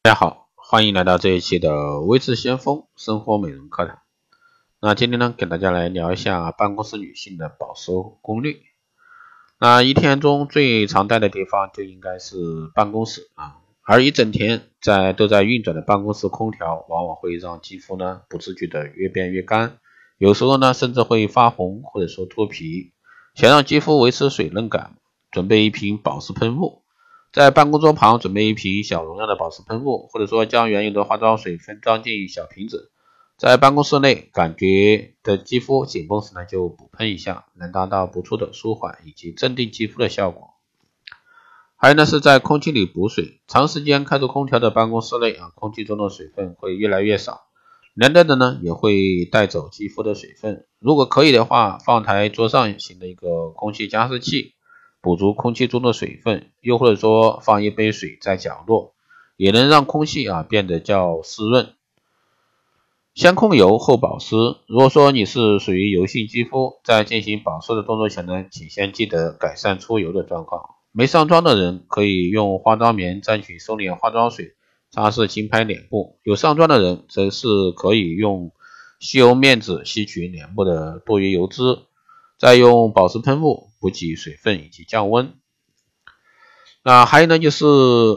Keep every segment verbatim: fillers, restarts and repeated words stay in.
大家好，欢迎来到这一期的微智先锋生活美容课堂。那今天呢，给大家来聊一下办公室女性的保湿攻略。那一天中最常待的地方就应该是办公室啊，而一整天在都在运转的办公室空调，往往会让肌肤呢不自觉的越变越干，有时候呢甚至会发红或者说脱皮。想让肌肤维持水润感，准备一瓶保湿喷雾。在办公桌旁准备一瓶小容量的保湿喷雾，或者说将原有的化妆水分装进小瓶子。在办公室内感觉的肌肤紧绷时呢，就补喷一下，能达到不错的舒缓以及镇定肌肤的效果。还有呢是在空气里补水，长时间开着空调的办公室内啊，空气中的水分会越来越少，凉凉的呢也会带走肌肤的水分。如果可以的话，放台桌上型的一个空气加湿器，补足空气中的水分，又或者说放一杯水在角落，也能让空气啊变得较湿润。先控油后保湿，如果说你是属于油性肌肤，在进行保湿的动作前呢，请先记得改善出油的状况。没上妆的人可以用化妆棉蘸取收敛化妆水，擦拭轻拍脸部；有上妆的人则是可以用吸油面纸吸取脸部的多余油脂，再用保湿喷雾补给水分以及降温。那还有呢，就是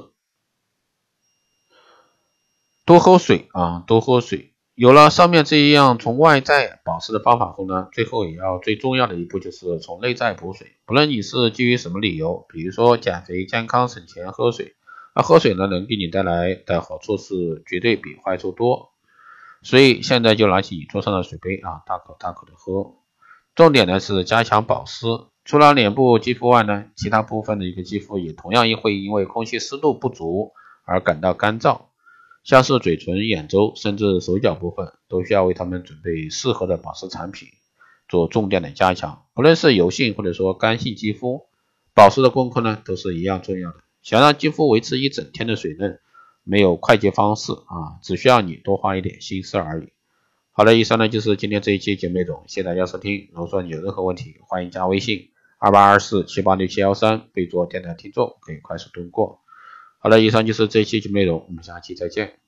多喝水啊，多喝水。有了上面这一样从外在保湿的方法后呢，最后也要最重要的一步就是从内在补水。不论你是基于什么理由，比如说减肥、健康、省钱喝水，那喝水呢能给你带来的好处是绝对比坏处多。所以现在就拿起你桌上的水杯啊，大口大口的喝。重点呢是加强保湿，除了脸部肌肤外呢，其他部分的一个肌肤也同样会因为空气湿度不足而感到干燥。像是嘴唇、眼周甚至手脚部分都需要为他们准备适合的保湿产品，做重点的加强。不论是油性或者说干性肌肤，保湿的功课呢都是一样重要的。想让肌肤维持一整天的水嫩，没有快捷方式啊，只需要你多花一点心思而已。好的，以上呢就是今天这一期节目内容，谢谢大家收听。如果说你有任何问题，欢迎加微信二八二四七八六七一三，备注电台听众，可以快速通过。好了，以上就是这一期节目内容，我们下期再见。